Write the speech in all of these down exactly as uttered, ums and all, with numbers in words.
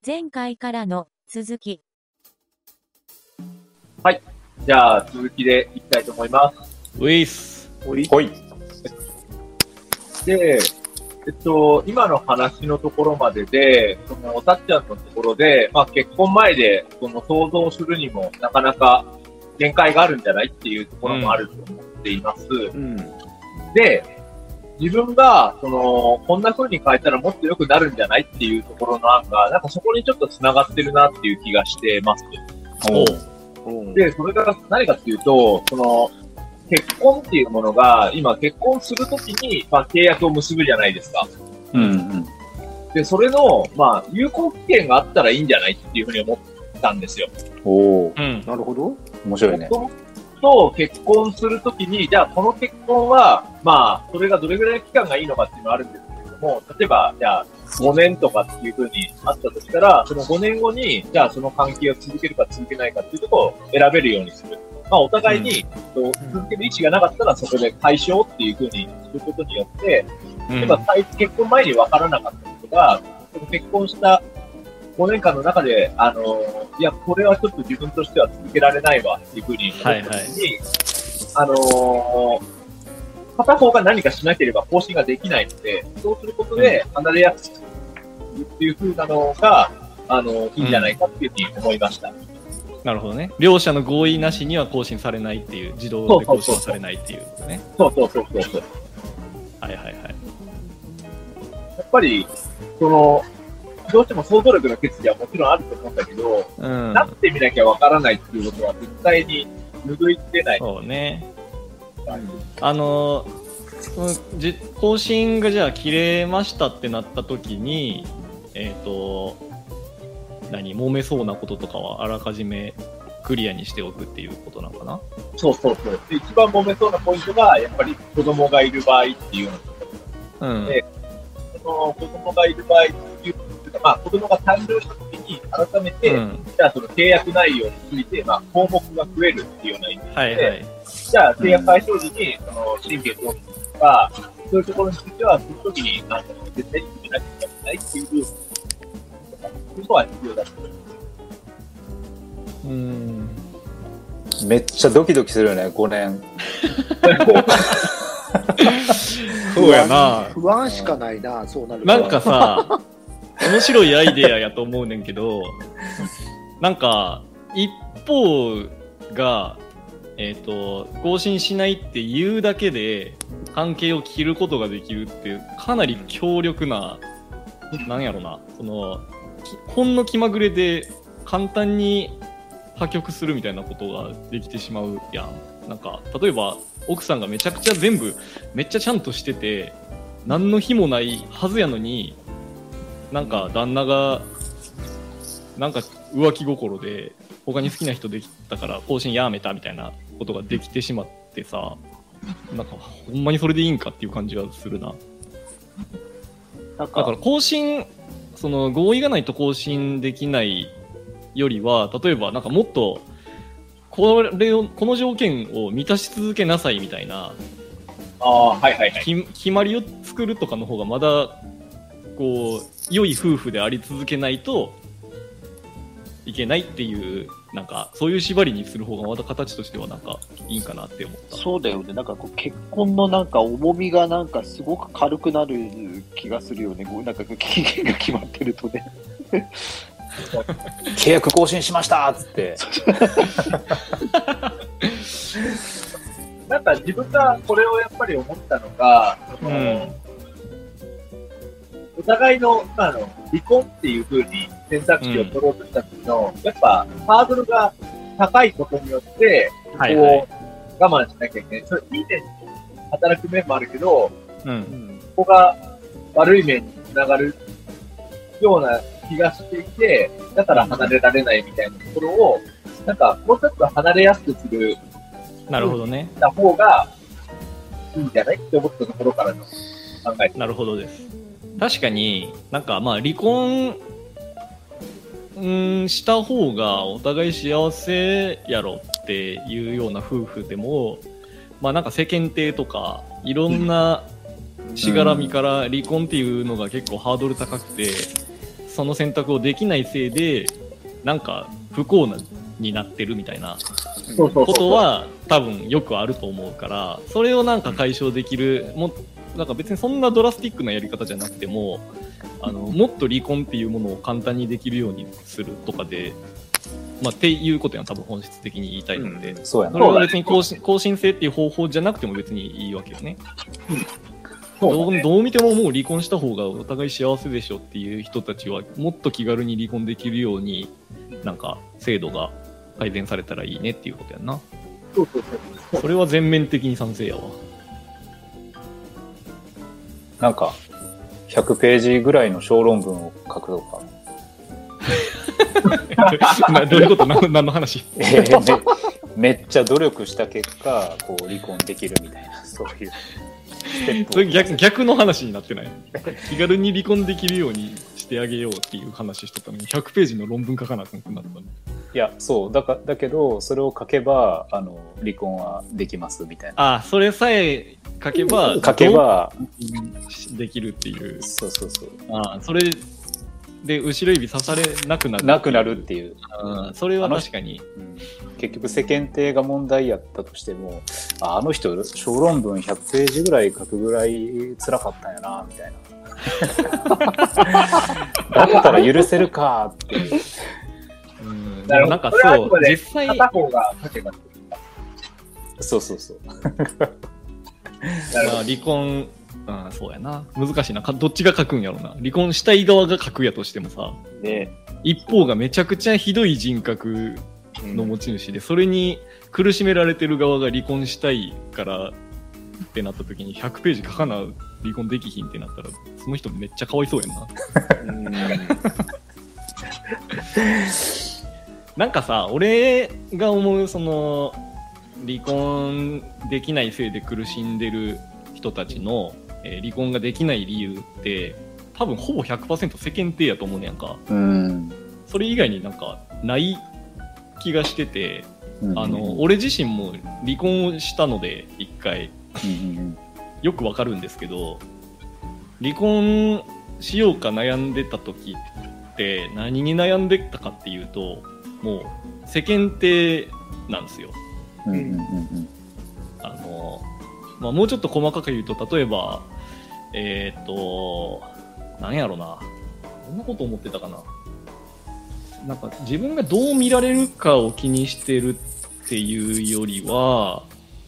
前回からの続き。 はい。じゃあ、続きでいきたいと思います。 ウィス。 おい。 ほい。 で、えっと、今の話のところまでで、その、たっちゃんのところで、まあ結婚前で、その想像するにもなかなか限界があるんじゃないっていうところもあると思っています。うん、で、自分が、その、こんな風に変えたらもっと良くなるんじゃないっていうところの案が、なんかそこにちょっと繋がってるなっていう気がしてます。 おで、それが何かっていうと、その、結婚っていうものが、今結婚するときに、まあ、契約を結ぶじゃないですか。 うんうん。 で、それの、まあ、有効期限があったらいいんじゃないっていうふうに思ったんですよ。 おー。 うん。 なるほど。面白いね。 と、結婚するときに、じゃあこの結婚は、まあ、それがどれぐらいの期間がいいのかっていうのはあるんですけれども、例えば、じゃあ、ごねんとかっていうふうにあったとしたら、そのごねんごに、じゃあその関係を続けるか続けないかっていうところを選べるようにする。まあ、お互いに、うん、続ける意思がなかったら、そこで解消っていうふうにすることによって、例えば、結婚前に分からなかったことが、その結婚したごねんかんの中で、あのー、いや、これはちょっと自分としては続けられないわっていうふうに思ったときに、はいはい、あのー、片方が何かしなければ更新ができないので、そうすることで離れやすくするっていうふうなのが、あのー、いいんじゃないかっていうふうに思いました。うん、 なるほどね。両者の合意なしには更新されないっていう、自動で更新されないっていうね。 そうそうそうそうそう。 はいはいはい。 やっぱり、その、どうしても想像力の欠如はもちろんあると思うんだけど、うん、なってみなきゃわからないっていうことは絶対に拭いてない。 そうね。はい、あのじ更新がじゃあ切れましたってなった時に、えっと、何、揉めそうなこととかはあらかじめクリアにしておくっていうことなのかな？ そうそうそう。で、一番揉めそうなポイントが、やっぱり子供がいる場合っていうのところ。うん。で、その子供がいる場合っていうまあ、子供が誕生したときに、改めて、うん、じゃあその契約内容について、まあ、項目が増えるっていうような意味で、はいはい、じゃあ契約解消時に、その、神経どうするとか、そういうところについては、その時に、あの、絶対に決めなきゃいけないっていう部分とか、そういうのは必要だと思います。 うーん。めっちゃドキドキするよね、ごねん。 そうやな。 不安しかないな、そうなると。 なんかさ、面白いアイデアやと思うねんけど、なんか一方が、えっと、更新しないって言うだけで関係を切ることができるってかなり強力な、なんやろな、そのほんの気まぐれで簡単に破局するみたいなことができてしまうやん。なんか例えば奥さんがめちゃくちゃ全部めっちゃちゃんとしてて何の日もないはずやのに、なんか旦那がなんか浮気心で他に好きな人できたから更新やめたみたいなことができてしまってさ、なんかほんまにそれでいいんかっていう感じがするな。だから更新、その合意がないと更新できないよりは、例えばなんかもっとこれをこの条件を満たし続けなさいみたいな、 あ、はいはいはい、 き決まりを作るとかの方がまだこう良い夫婦であり続けないといけないっていう、なんかそういう縛りにする方がまた形としてはなんかいいかなって思った。 そうだよね。なんかこう結婚のなんか重みがなんかすごく軽くなる気がするよね。なんか期限が決まってるとね。 契約更新しましたっつって。 なんか自分がこれをやっぱり思ったのが、うん、お互いの、あの、離婚っていう風に選択肢を取ろうとした時の、うん、やっぱ、ハードルが高いことによって、はいはい、こう、我慢しなきゃいけない。それ、いい面に働く面もあるけど、うん、ここが悪い面につながるような気がしていて、だから離れられないみたいなところを、なんか、もうちょっと離れやすくする。 なるほどね。 た方がいいんじゃないって思ったところからの考え。 なるほどです。確かになんかまあ離婚んした方がお互い幸せやろっていうような夫婦でも、まあなんか世間体とかいろんなしがらみから離婚っていうのが結構ハードル高くてその選択をできないせいでなんか不幸なになってるみたいなそうそうそうことは多分よくあると思うから、それをなんか解消できる、もなんか別にそんなドラスティックなやり方じゃなくても、あのもっと離婚っていうものを簡単にできるようにするとかで、まあ、っていうことや多分本質的に言いたいので、 うん、そうやな。 それは別に更新、更新制っていう方法じゃなくても別にいいわけよね。どう、どう見てももう離婚した方がお互い幸せでしょっていう人たちはもっと気軽に離婚できるようになんか制度が改善されたらいいねっていうことやんな。 そうそうそう。 それは全面的に賛成やわ。 なんかひゃくページぐらいの小論文を書くとか。 などういうこと？何の話？ えー、め, めっちゃ努力した結果こう離婚できるみたいな、そういうステップを。 それ 逆, 逆の話になってない？気軽に離婚できるようにしてあげようっていう話しとったのにひゃくページの論文書かなくなったの。 いや、そうだかだけどそれを書けばあの離婚はできますみたいな。 ああ、それさえ書けば書けばできるっていう。 そうそうそう。 ああ、それで後ろ指刺されなくなるなくなるっていう。 あ、それは確かに、 うん、結局世間体が問題やったとしても、あ, あの人小論文ひゃくページぐらい書くぐらい辛かったんやなみたいな。だったら許せるかっていう。 うん、でもなんかそう実際片方が書けばそうそうそう。 まあ離婚、ああそうやな、難しいな、どっちが書くんやろうな。離婚したい側が書くやとしてもさ、 ね、 一方がめちゃくちゃひどい人格の持ち主で、それに苦しめられてる側が離婚したいからってなった時にひゃくページ書かな離婚できひんってなったらその人めっちゃかわいそうやんな。 うんなんかさ、俺が思うその離婚できないせいで苦しんでる人たちの、えー、離婚ができない理由って多分ほぼ ひゃくパーセント 世間体やと思うねやんか。 うん、 それ以外になんかない気がしてて、 うん、 あの俺自身も離婚をしたので一回、 うん、 よくわかるんですけど、離婚しようか悩んでた時って何に悩んでたかっていうと、もう世間体なんですよ。 うんうんうん、 あの、まあ、もうちょっと細かく言うと、例えばえっとなんやろな、どんなこと思ってたかな。なんか自分がどう見られるかを気にしてるっていうよりは、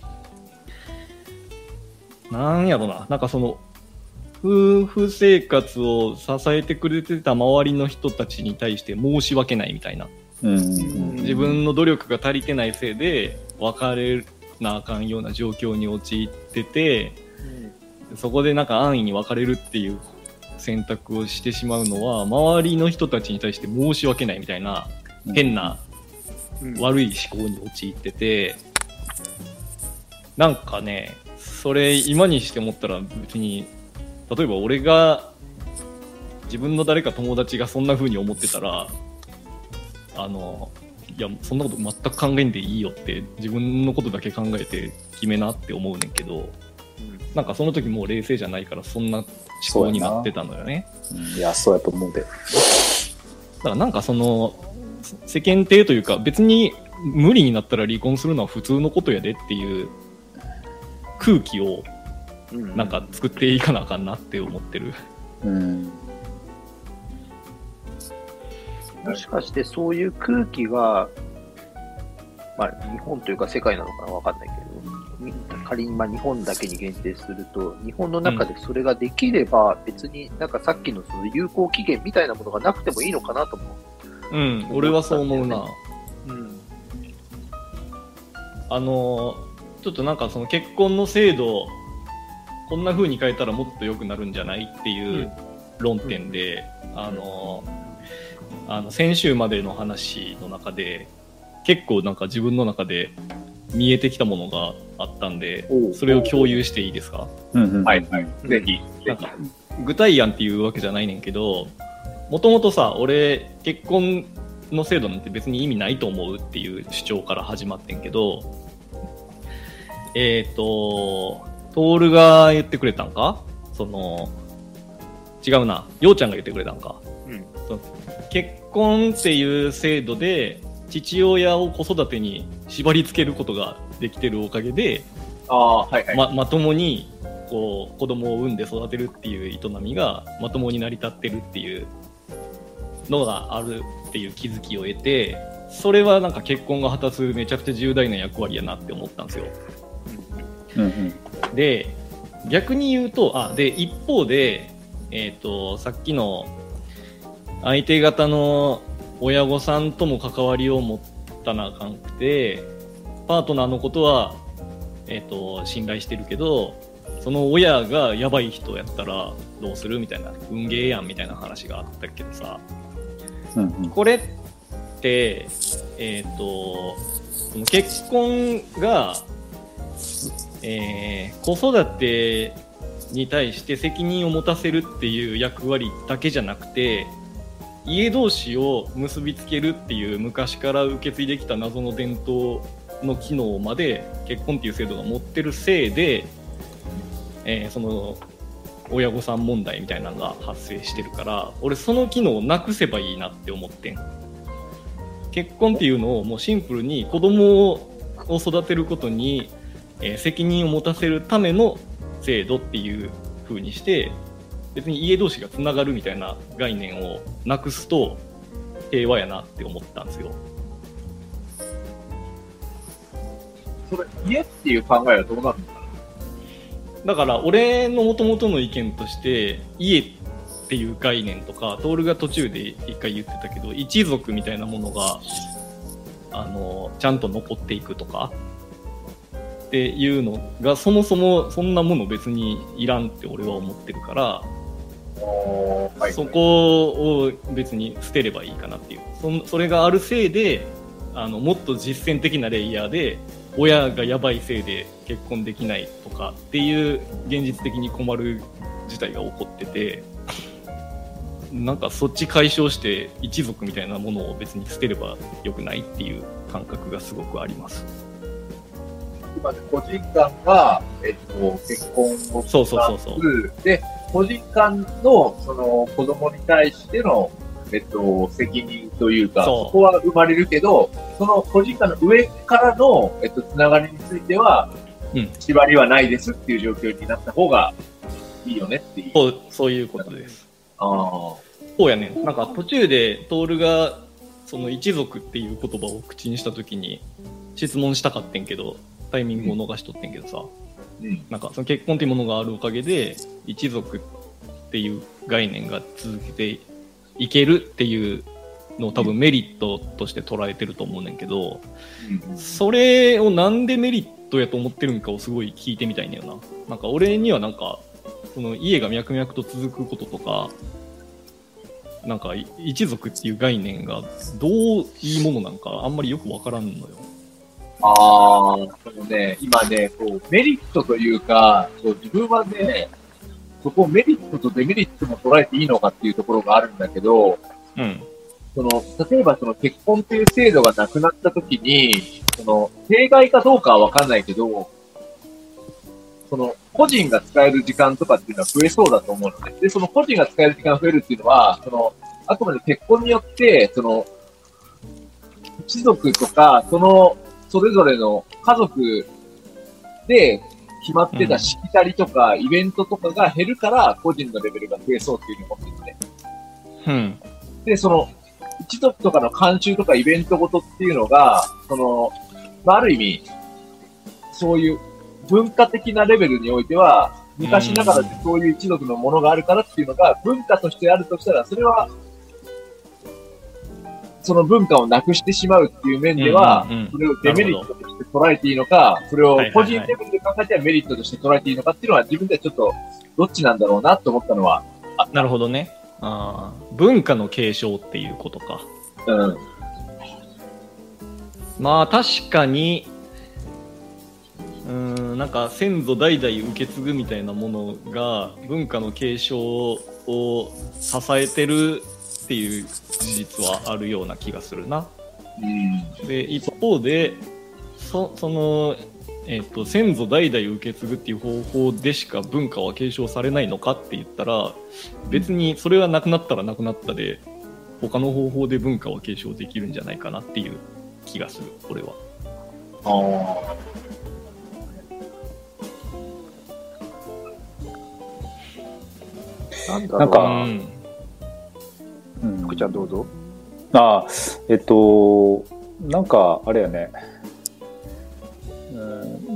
なんやろな、なんかその夫婦生活を支えてくれてた周りの人たちに対して申し訳ないみたいな、 うんうん、 自分の努力が足りてないせいで別れなあかんような状況に陥ってて、うん、そこでなんか安易に別れるっていう選択をしてしまうのは周りの人たちに対して申し訳ないみたいな変な悪い思考に陥ってて、なんかね、それ今にして思ったら別に、例えば俺が自分の誰か友達がそんな風に思ってたら、あのいやそんなこと全く考えんでいいよって自分のことだけ考えて決めなって思うねんけど、うん、なんかその時もう冷静じゃないからそんな思考になってたのよね。 うん、いやそうやと思うで。だからなんかその世間体というか、別に無理になったら離婚するのは普通のことやでっていう空気をなんか作っていかなあかんなって思ってる。 うん、 もしかしてそういう空気が、まあ、日本というか世界なのかなわかんないけど、仮にまあ日本だけに限定すると、日本の中でそれができれば別になんかさっきのその有効期限みたいなものがなくてもいいのかなと思う。 うん、俺はそう思うな。 うん、 あのちょっとなんかその結婚の制度こんな風に変えたらもっと良くなるんじゃないっていう論点で、うん、あのあの先週までの話の中で結構なんか自分の中で見えてきたものがあったんで、それを共有していいですか？ はいはい、ぜひ。 なんか具体案っていうわけじゃないねんけど、もともとさ、俺結婚の制度なんて別に意味ないと思うっていう主張から始まってんけど、えっとトールが言ってくれたんか、その違うな、ようちゃんが言ってくれたんか、 うん、 そう結婚っていう制度で父親を子育てに縛り付けることができてるおかげで、 ああ、はいはい。 ま、まともにこう子供を産んで育てるっていう営みがまともに成り立ってるっていうのがあるっていう気づきを得て、それはなんか結婚が果たすめちゃくちゃ重大な役割やなって思ったんですよ。 うんうん、 で逆に言うと、あで一方で、えーと、さっきの相手方の親御さんとも関わりを持ったなあかんくて、パートナーのことは、えーと、信頼してるけど、その親がやばい人やったらどうするみたいな、運ゲーやんみたいな話があったけどさ、 うんうん、 これって、えーと、その結婚がえー、子育てに対して責任を持たせるっていう役割だけじゃなくて、家同士を結びつけるっていう昔から受け継いできた謎の伝統の機能まで結婚っていう制度が持ってるせいで、えー、その親御さん問題みたいなのが発生してるから、俺その機能をなくせばいいなって思ってん。結婚っていうのをもうシンプルに子供を育てることにえー、責任を持たせるための制度っていう風にして、別に家同士がつながるみたいな概念をなくすと平和やなって思ったんですよ。 それ家っていう考えはどうなるのかな。 だから俺の元々の意見として、家っていう概念とか、トールが途中で一回言ってたけど、一族みたいなものがあのちゃんと残っていくとかっていうのが、そもそもそんなもの別にいらんって俺は思ってるから、 はいはい、 そこを別に捨てればいいかなっていう。 そ, それがあるせいで、あのもっと実践的なレイヤーで親がやばいせいで結婚できないとかっていう現実的に困る事態が起こってて、なんかそっち解消して一族みたいなものを別に捨てればよくないっていう感覚がすごくあります。 今で個人間が、えっと、結婚をそうそうそうそうで、個人間のその子供に対しての、えっと、責任というか、そ, そこは生まれるけど、その個人間の上からの、えっと、つながりについては、うん、縛りはないですっていう状況になった方がいいよねっていう。 そう、そういうことです。ああ。そうやねん。なんか途中でトールがその一族っていう言葉を口にしたときに質問したかってんけど、タイミングを逃しとってんけどさ、うん、なんかその結婚っていうものがあるおかげで一族っていう概念が続けていけるっていうのを多分メリットとして捉えてると思うねんけど、うん、それをなんでメリットやと思ってるんかをすごい聞いてみたいんだよな。なんか俺にはなんかその家が脈々と続くこととか、なんか一族っていう概念がどういいものなんかあんまりよくわからんのよ。 ああ、そのね、今ね、こう、メリットというか、そう自分はね、そこをメリットとデメリットも捉えていいのかっていうところがあるんだけど、 うん。 その、例えばその結婚という制度がなくなったときに、その、弊害かどうかはわかんないけど、その、個人が使える時間とかっていうのは増えそうだと思うのね。で、その個人が使える時間が増えるっていうのは、その、あくまで結婚によって、その、一族とか、その、それぞれの家族で決まってたしきたりとか、イベントとかが減るから、個人のレベルが増えそうっていうふうに思ってるね。 うん。 で、その、一族とかの慣習とかイベントごとっていうのが、その、まあ、ある意味、そういう文化的なレベルにおいては、昔ながらでそういう一族のものがあるからっていうのが文化としてあるとしたら、それは、その文化をなくしてしまうっていう面では、うんうんうん、それをデメリットとして捉えていいのか、それを個人レベルで考えてはメリットとして捉えていいのかっていうのは自分ではちょっとどっちなんだろうなと思ったのはあった。 なるほどね。あ文化の継承っていうことか。 うん。 まあ確かに、うーん、なんか先祖代々受け継ぐみたいなものが文化の継承を支えてるっていう事実はあるような気がするな。 うん、 で一方で そ, そのえー、と先祖代々受け継ぐっていう方法でしか文化は継承されないのかって言ったら、別にそれはなくなったらなくなったで他の方法で文化は継承できるんじゃないかなっていう気がする、俺は。 あなんだろうなんかうんうん福ちゃんどうぞ。 あえっとなんかあれやね、うん、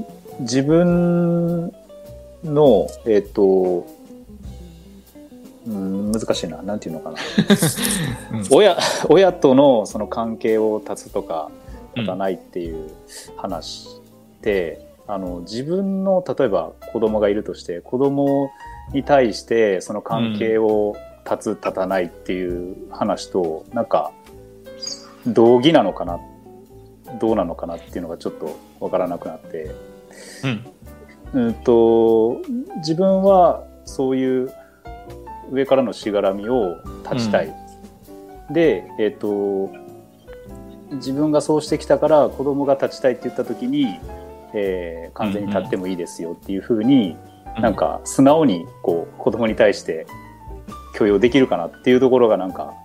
自分のえっと、うん、難しいな、なんていうのかな、 うん親親とのその関係を断つとか断たないっていう話って、うん、あの自分の例えば子供がいるとして、子供に対してその関係を断つ断たないっていう話と、なんか同義なのかな、どうなのかなっていうのがちょっとわからなくなって、うん、うんと自分はそういう上からのしがらみを断ちたい、うん、で、えーと、自分がそうしてきたから子供が断ちたいって言った時に、えー、完全に断ってもいいですよっていう風に、うん、なんか素直にこう子供に対して許容できるかなっていうところがなんか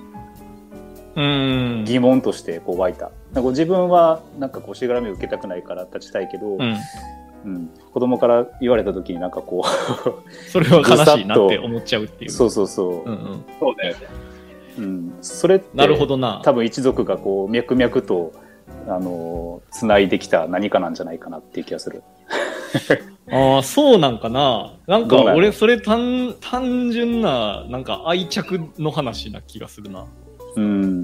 うん疑問としてこう湧いた。なんか自分はなんかこうしがらみを受けたくないから断ちたいけど、うんうん、子供から言われた時になんかこうそれは悲しいなって思っちゃうっていう。 そうそうそう、 うんうん、 そうだよね、 うん、それってなるほどな、 多分一族がこう脈々とあの繋いできた何かなんじゃないかなっていう気がする。 ああ、そうなんかな。なんか俺それ単単純ななんか愛着の話な気がするな。 うん、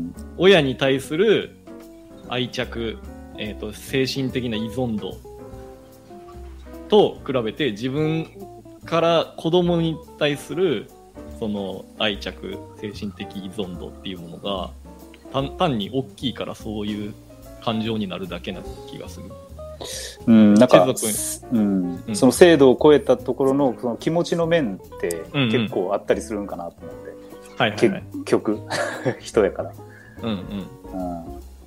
親に対する愛着、えーと、精神的な依存度と比べて、自分から子供に対するその愛着、精神的依存度っていうものが 単, 単に大きいからそういう感情になるだけな気がする。 うん、なんか、うんうん、 その制度を超えたところ の, その気持ちの面って結構あったりするんかなと思って、うんうんはいはいはい、 結局人やから、 うんうん、 うん、 な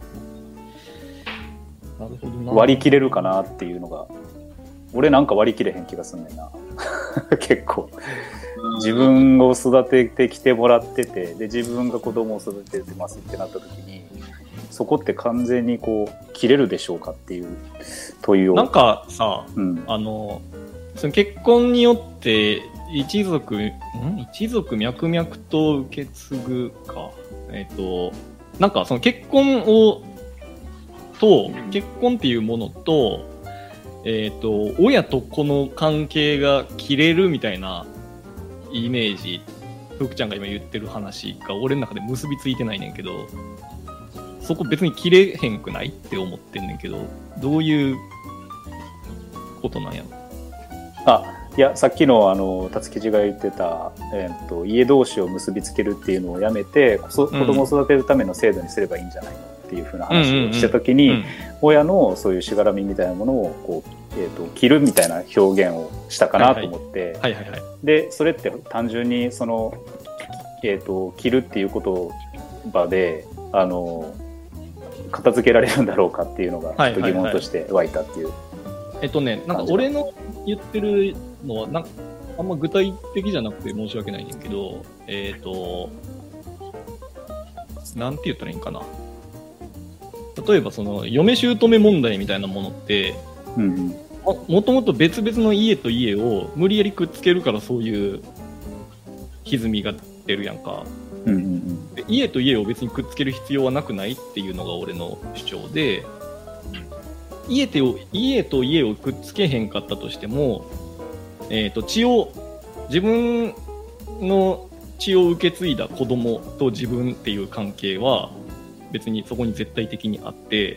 るほどな。 割り切れるかなっていうのが、俺なんか割り切れへん気がすんねんな結構自分を育ててきてもらってて、で自分が子供を育ててますってなった時に、そこって完全にこう切れるでしょうかっていう問いを。 なんかさ、 うん、 あのその結婚によって一族ん一族脈々と受け継ぐか、えっとなんかその結婚をと結婚っていうものと、えっと親と子の関係が切れるみたいなイメージ、福ちゃんが今言ってる話が俺の中で結びついてないねんけど、そこ別に切れへんくないって思ってんねんけど、どういうことなんやろ。 あ、いや、さっきのあの辰吉が言ってた、えー、と家同士を結びつけるっていうのをやめて、子供を育てるための制度にすればいいんじゃないのっていうふうな話をしたときに、親のそういうしがらみみたいなものをこう、えー、と切るみたいな表現をしたかなと思って、 はいはいはいはい、でそれって単純にその、えー、と切るっていう言葉であの片付けられるんだろうかっていうのがちょっと疑問として湧いたっていう。 えっとね、なんか俺の言ってるのはなんかあんま具体的じゃなくて申し訳ないねんけど、えっとなんて言ったらいいんかな。例えばその嫁姑問題みたいなものって、うん、も, もともと別々の家と家を無理やりくっつけるからそういう歪みが出るやんか。うんうんうん、で家と家を別にくっつける必要はなくないっていうのが俺の主張で、家と家と家をくっつけへんかったとしても、えーと、血を自分の血を受け継いだ子供と自分っていう関係は別にそこに絶対的にあって、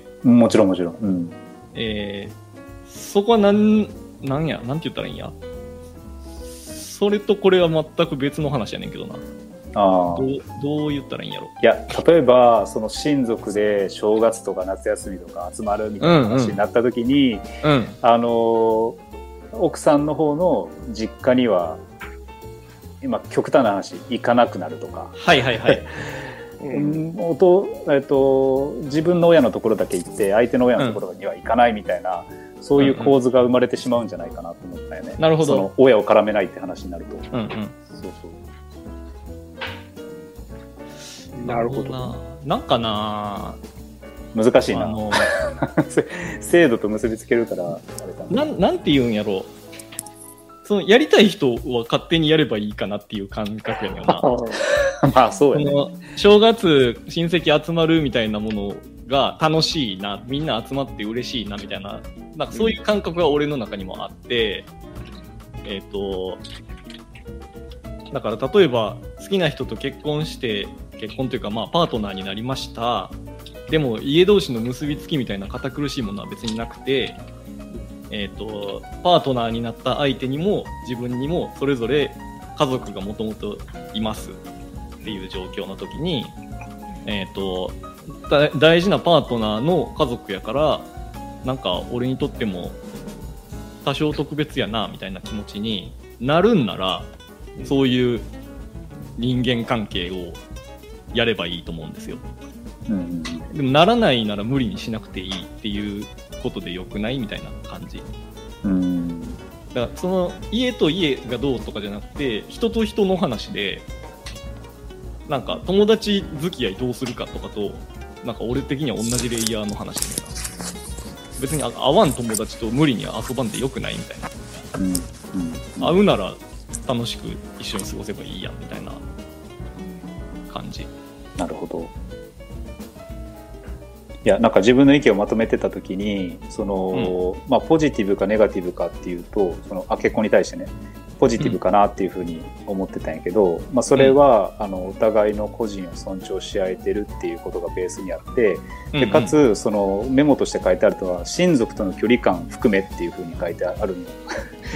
もちろんもちろん、うん、 えー、そこはなんなんやなんて言ったらいいんや、それとこれは全く別の話やねんけどな。あど, うどう言ったらいいんやろ。 いや、例えばその親族で正月とか夏休みとか集まるみたいな話になった時に、うんうん、あの奥さんの方の実家には今極端な話行かなくなるとか、 はいはいはい、 うん、おとえっと、自分の親のところだけ行って相手の親のところには行かないみたいな、 そういう構図が生まれてしまうんじゃないかなと思ったよね。 なるほどその親を絡めないって話になると。 うんうん。 そうそう。 なるほど。 な。なんかな難しいな。 あの制度と結びつけるから、あれかな。 なん、なんて言うんやろそのやりたい人は勝手にやればいいかなっていう感覚やねんな。 まあそうやね。 その正月親戚集まるみたいなものが楽しいな、みんな集まって嬉しいなみたいな、なんかそういう感覚が俺の中にもあって、うん、えっと、だから例えば好きな人と結婚して、結婚というかまあパートナーになりました。でも家同士の結びつきみたいな堅苦しいものは別になくて、えっと、パートナーになった相手にも自分にもそれぞれ家族がもともといますっていう状況の時に、えっと、大事なパートナーの家族やからなんか俺にとっても多少特別やなみたいな気持ちになるんなら、そういう人間関係をやればいいと思うんですよ。 うん、 でもならないなら無理にしなくていいっていうことでよくないみたいな感じ。 うん、 だからその家と家がどうとかじゃなくて、人と人の話でなんか友達付き合いどうするかとかとなんか俺的には同じレイヤーの話だよな。別に会わん友達と無理に遊ばんでよくないみたいな、 うんうん、 会うなら楽しく一緒に過ごせばいいやんみたいな感じ。 なるほど。いや、なんか自分の意見をまとめてたときに、その、うん、まあポジティブかネガティブかっていうと、そのあ結婚に対してね、ポジティブかなっていうふうに思ってたんやけど、うん、まあそれは、うん、あのお互いの個人を尊重し合えてるっていうことがベースにあって、でかつそのメモとして書いてあるのは親族との距離感含めっていうふうに書いてあるの。うん、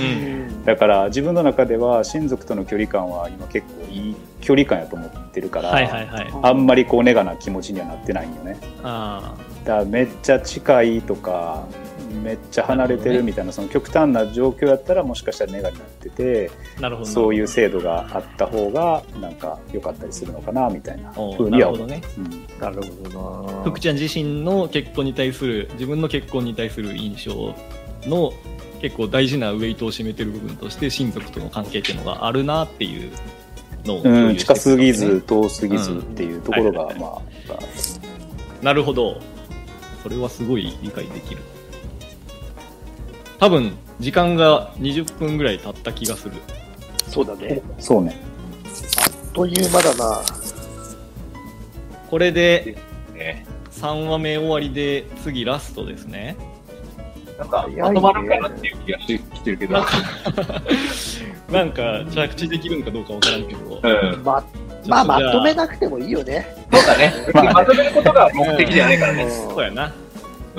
だから自分の中では親族との距離感は今結構いい距離感やと思ってるから、 はいはいはい、 あんまりこうネガな気持ちにはなってないんよね。 あだからめっちゃ近いとかめっちゃ離れてるみたいな、その極端な状況やったらもしかしたらネガになってて、 なるほどそういう制度があった方がなんか良かったりするのかなみたいなふうには思う。 なるほどな。 福ちゃん自身の結婚に対する自分の結婚に対する印象の結構大事なウェイトを占めてる部分として親族との関係っていうのがあるなっていうのを共有してる、ね、うん、 近すぎず遠すぎずっていうところが、うん、まあ、 なるほど。それはすごい理解できる。多分時間がにじゅっぷんぐらい経った気がする。 そうだね。 そうね。 あっという間だな。 これでさんわめ終わりで次ラストですね。 なんかまとまるかなっていう気がしてきてるけど、なんかなんか着地できるのかどうかわからんけど、 うん、 ままあまとめなくてもいいよね。 そうだね。まとめることが目的じゃないからね。 うん、そうやな。うん。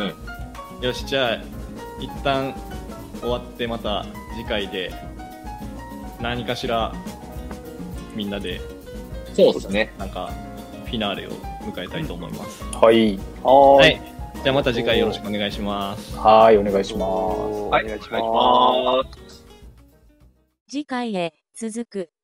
よし、じゃあ一旦終わってまた次回で何かしらみんなでそうですね。 なんかフィナーレを迎えたいと思います。 はい。 はい。じゃあまた次回よろしくお願いします。 はい、お願いします。 はい、お願いします。 次回へ続く。